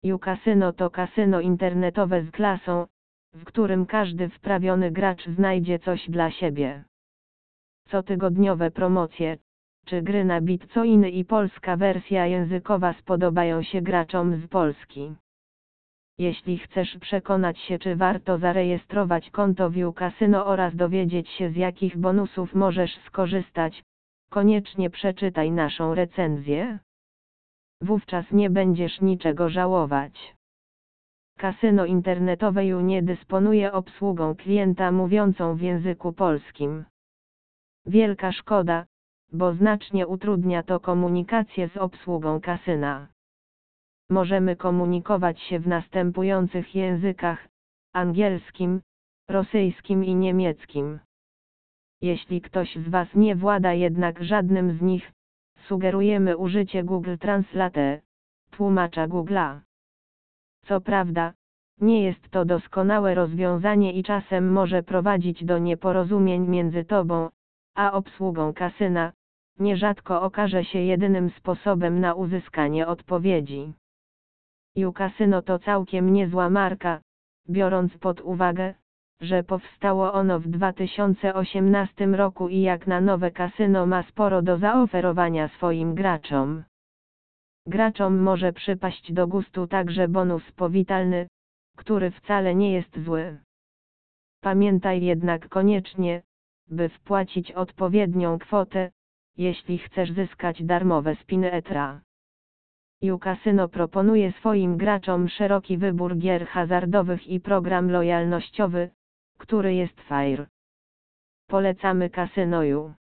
U-Casino to kasyno internetowe z klasą, w którym każdy wprawiony gracz znajdzie coś dla siebie. Cotygodniowe promocje, czy gry na Bitcoiny i polska wersja językowa spodobają się graczom z Polski. Jeśli chcesz przekonać się, czy warto zarejestrować konto w U-Casino oraz dowiedzieć się, z jakich bonusów możesz skorzystać, koniecznie przeczytaj naszą recenzję. Wówczas nie będziesz niczego żałować. Kasyno internetowe U nie dysponuje obsługą klienta mówiącą w języku polskim. Wielka szkoda, bo znacznie utrudnia to komunikację z obsługą kasyna. Możemy komunikować się w następujących językach: angielskim, rosyjskim i niemieckim. Jeśli ktoś z Was nie włada jednak żadnym z nich, sugerujemy użycie Google Translate, tłumacza Google'a. Co prawda, nie jest to doskonałe rozwiązanie i czasem może prowadzić do nieporozumień między Tobą a obsługą kasyna, nierzadko okaże się jedynym sposobem na uzyskanie odpowiedzi. U-Casino to całkiem niezła marka, biorąc pod uwagę, że powstało ono w 2018 roku i jak na nowe kasyno ma sporo do zaoferowania swoim graczom. Graczom może przypaść do gustu także bonus powitalny, który wcale nie jest zły. Pamiętaj jednak koniecznie, by wpłacić odpowiednią kwotę, jeśli chcesz zyskać darmowe spiny Etra. U-Casino proponuje swoim graczom szeroki wybór gier hazardowych i program lojalnościowy, który jest fair. Polecamy Casino U.